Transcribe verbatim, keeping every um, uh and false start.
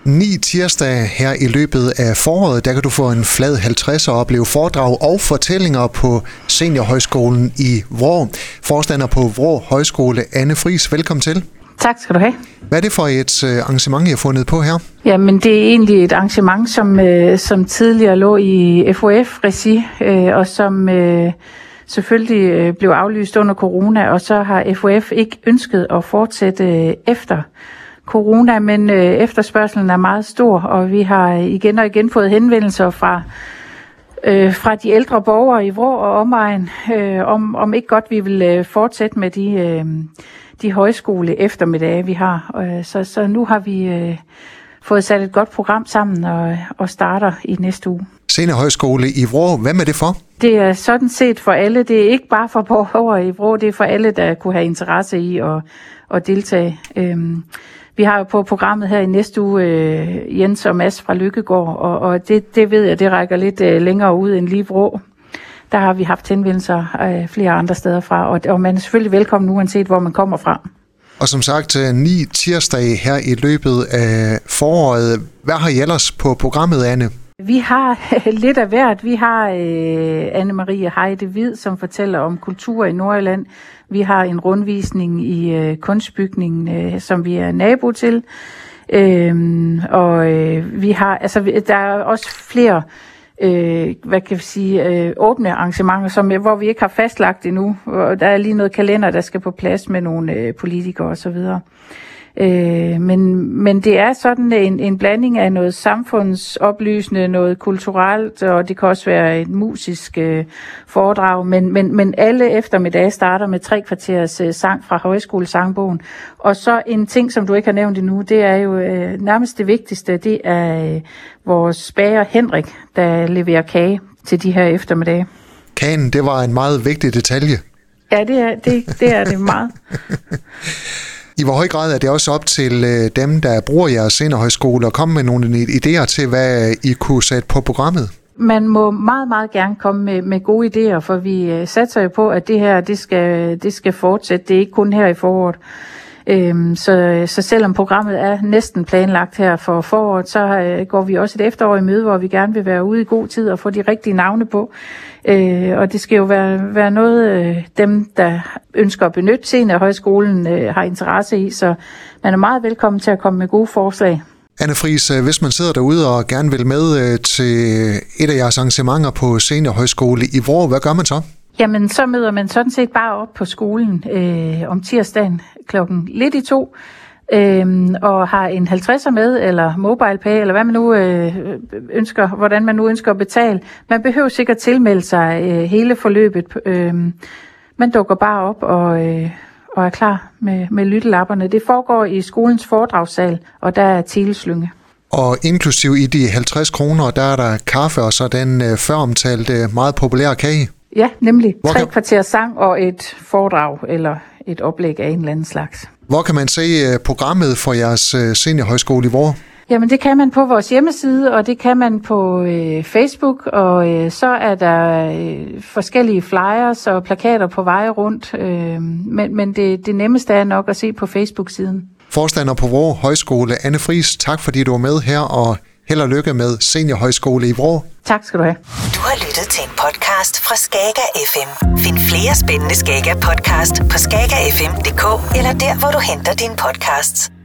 Ni tirsdage her i løbet af foråret, der kan du få en flad halvtreds og opleve foredrag og fortællinger på Seniorhøjskolen i Vrå. Forstander på Vrå Højskole, Anne Friis, velkommen til. Tak skal du have. Hvad er det for et arrangement, I har fundet på her? Jamen, det er egentlig et arrangement, som, som tidligere lå i F O F-regi, og som selvfølgelig blev aflyst under corona, og så har F O F ikke ønsket at fortsætte efter corona, men efterspørgselen er meget stor, og vi har igen og igen fået henvendelser fra Øh, fra de ældre borgere i Vrå og omegn, øh, om, om ikke godt vi vil øh, fortsætte med de, øh, de højskole eftermiddage, vi har. Øh, så, så nu har vi øh, fået sat et godt program sammen og, og starter i næste uge. Seniorhøjskole i Vrå, hvad er det for? Det er sådan set for alle. Det er ikke bare for borgere i Vrå, det er for alle, der kunne have interesse i at, at deltage. Øh, Vi har jo på programmet her i næste uge øh, Jens og Mads fra Lykkegård, og, og det, det ved jeg, det rækker lidt øh, længere ud end lige Vrå. Der har vi haft henvendelser øh, flere andre steder fra, og, og man er selvfølgelig velkommen uanset hvor man kommer fra. Og som sagt, ni tirsdage her i løbet af foråret. Hvad har I ellers på programmet, Anne? Vi har lidt af hvert. Vi har øh, Anne-Marie Heide Hvid, som fortæller om kultur i Nordjylland. Vi har en rundvisning i øh, kunstbygningen, øh, som vi er nabo til. Øhm, og øh, vi har, altså, der er også flere, øh, hvad kan vi sige, øh, åbne arrangementer, som, hvor vi ikke har fastlagt endnu. Og der er lige noget kalender, der skal på plads med nogle øh, politikere osv. Øh, men, men det er sådan en, en blanding af noget samfundsoplysende, noget kulturelt, og det kan også være et musisk øh, foredrag, men, men, men alle eftermiddage starter med tre kvarters øh, sang fra Højskolesangbogen. Og så en ting, som du ikke har nævnt endnu, det er jo øh, nærmest det vigtigste, det er øh, vores bager Henrik, der leverer kage til de her eftermiddage. Kagen, det var en meget vigtig detalje. Ja, det er det, det, er det meget. I hvor høj grad er det også op til dem, der bruger jeres seniorhøjskole, og komme med nogle idéer til, hvad I kunne sætte på programmet? Man må meget, meget gerne komme med, med gode idéer, for vi satser jo på, at det her det skal, det skal fortsætte. Det er ikke kun her i foråret. Øhm, så, så selvom programmet er næsten planlagt her for foråret, så øh, går vi også et efterår i møde, hvor vi gerne vil være ude i god tid og få de rigtige navne på. Øh, og det skal jo være, være noget, øh, dem, der ønsker at benytte Seniorhøjskolen, øh, har interesse i. Så man er meget velkommen til at komme med gode forslag. Anne Friis, hvis man sidder derude og gerne vil med til et af jeres arrangementer på Seniorhøjskole i Vrå, hvad gør man så? Jamen, så møder man sådan set bare op på skolen øh, om tirsdagen klokken lidt i to, øh, og har en halvtredser med, eller MobilePay, eller hvad man nu øh, ønsker, hvordan man nu ønsker at betale. Man behøver sikkert tilmelde sig øh, hele forløbet. Øh, man dukker bare op og, øh, og er klar med, med lyttelapperne. Det foregår i skolens foredragssal, og der er teleslynge. Og inklusiv i de halvtreds kroner, der er der kaffe og så den øh, føromtalte meget populære kage. Ja, nemlig. Hvor Tre kan... kvarter sang og et foredrag eller et oplæg af en eller anden slags. Hvor kan man se programmet for jeres seniorhøjskole i Vrå? Jamen, det kan man på vores hjemmeside, og det kan man på øh, Facebook, og øh, så er der øh, forskellige flyers og plakater på veje rundt, øh, men, men det, det nemmeste er nok at se på Facebook-siden. Forstander på Vrå Højskole, Anne Friis, tak fordi du var med her, og held og lykke med Seniorhøjskole i Vrå. Tak skal du have. Du har lyttet til en podcast fra Skager F M. Find flere spændende Skager podcast på skager f m punktum d k eller der, hvor du henter dine podcasts.